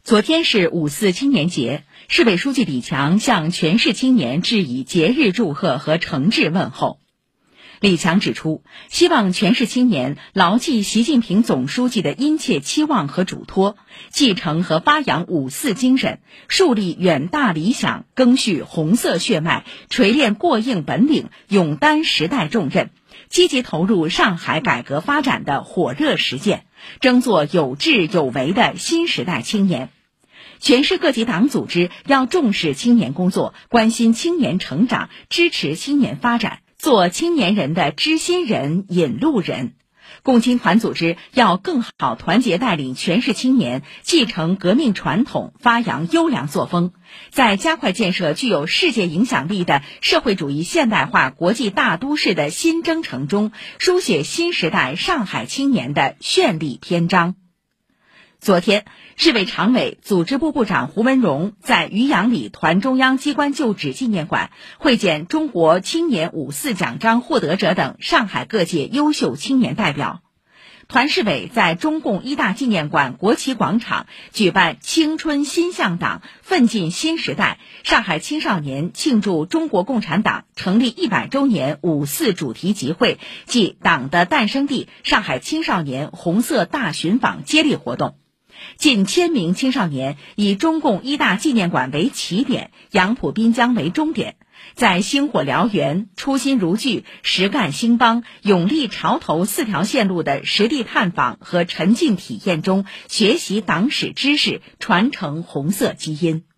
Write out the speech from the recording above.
昨天是5·4青年节，市委书记李强向全市青年致以节日祝贺和诚挚问候。李强指出，希望全市青年牢记习近平总书记的殷切期望和嘱托，继承和发扬5·4精神，树立远大理想，赓续红色血脉，锤炼过硬本领，勇担时代重任，积极投入上海改革发展的火热实践，争做有志有为的新时代青年。全市各级党组织要重视青年工作，关心青年成长，支持青年发展，做青年人的知心人、引路人。共青团组织要更好团结带领全市青年继承革命传统，发扬优良作风，在加快建设具有世界影响力的社会主义现代化国际大都市的新征程中，书写新时代上海青年的绚丽篇章。昨天，市委常委、组织部部长胡文荣在渔阳里团中央机关旧址纪念馆会见中国青年5·4奖章获得者等上海各界优秀青年代表。团市委在中共一大纪念馆国旗广场举办青春新向党，奋进新时代上海青少年庆祝中国共产党成立100周年5·4主题集会暨党的诞生地上海青少年红色大寻访接力活动。近1000名青少年以中共一大纪念馆为起点，杨浦滨江为终点，在星火燎原、初心如炬、实干兴邦、勇立潮头4条线路的实地探访和沉浸体验中，学习党史知识，传承红色基因。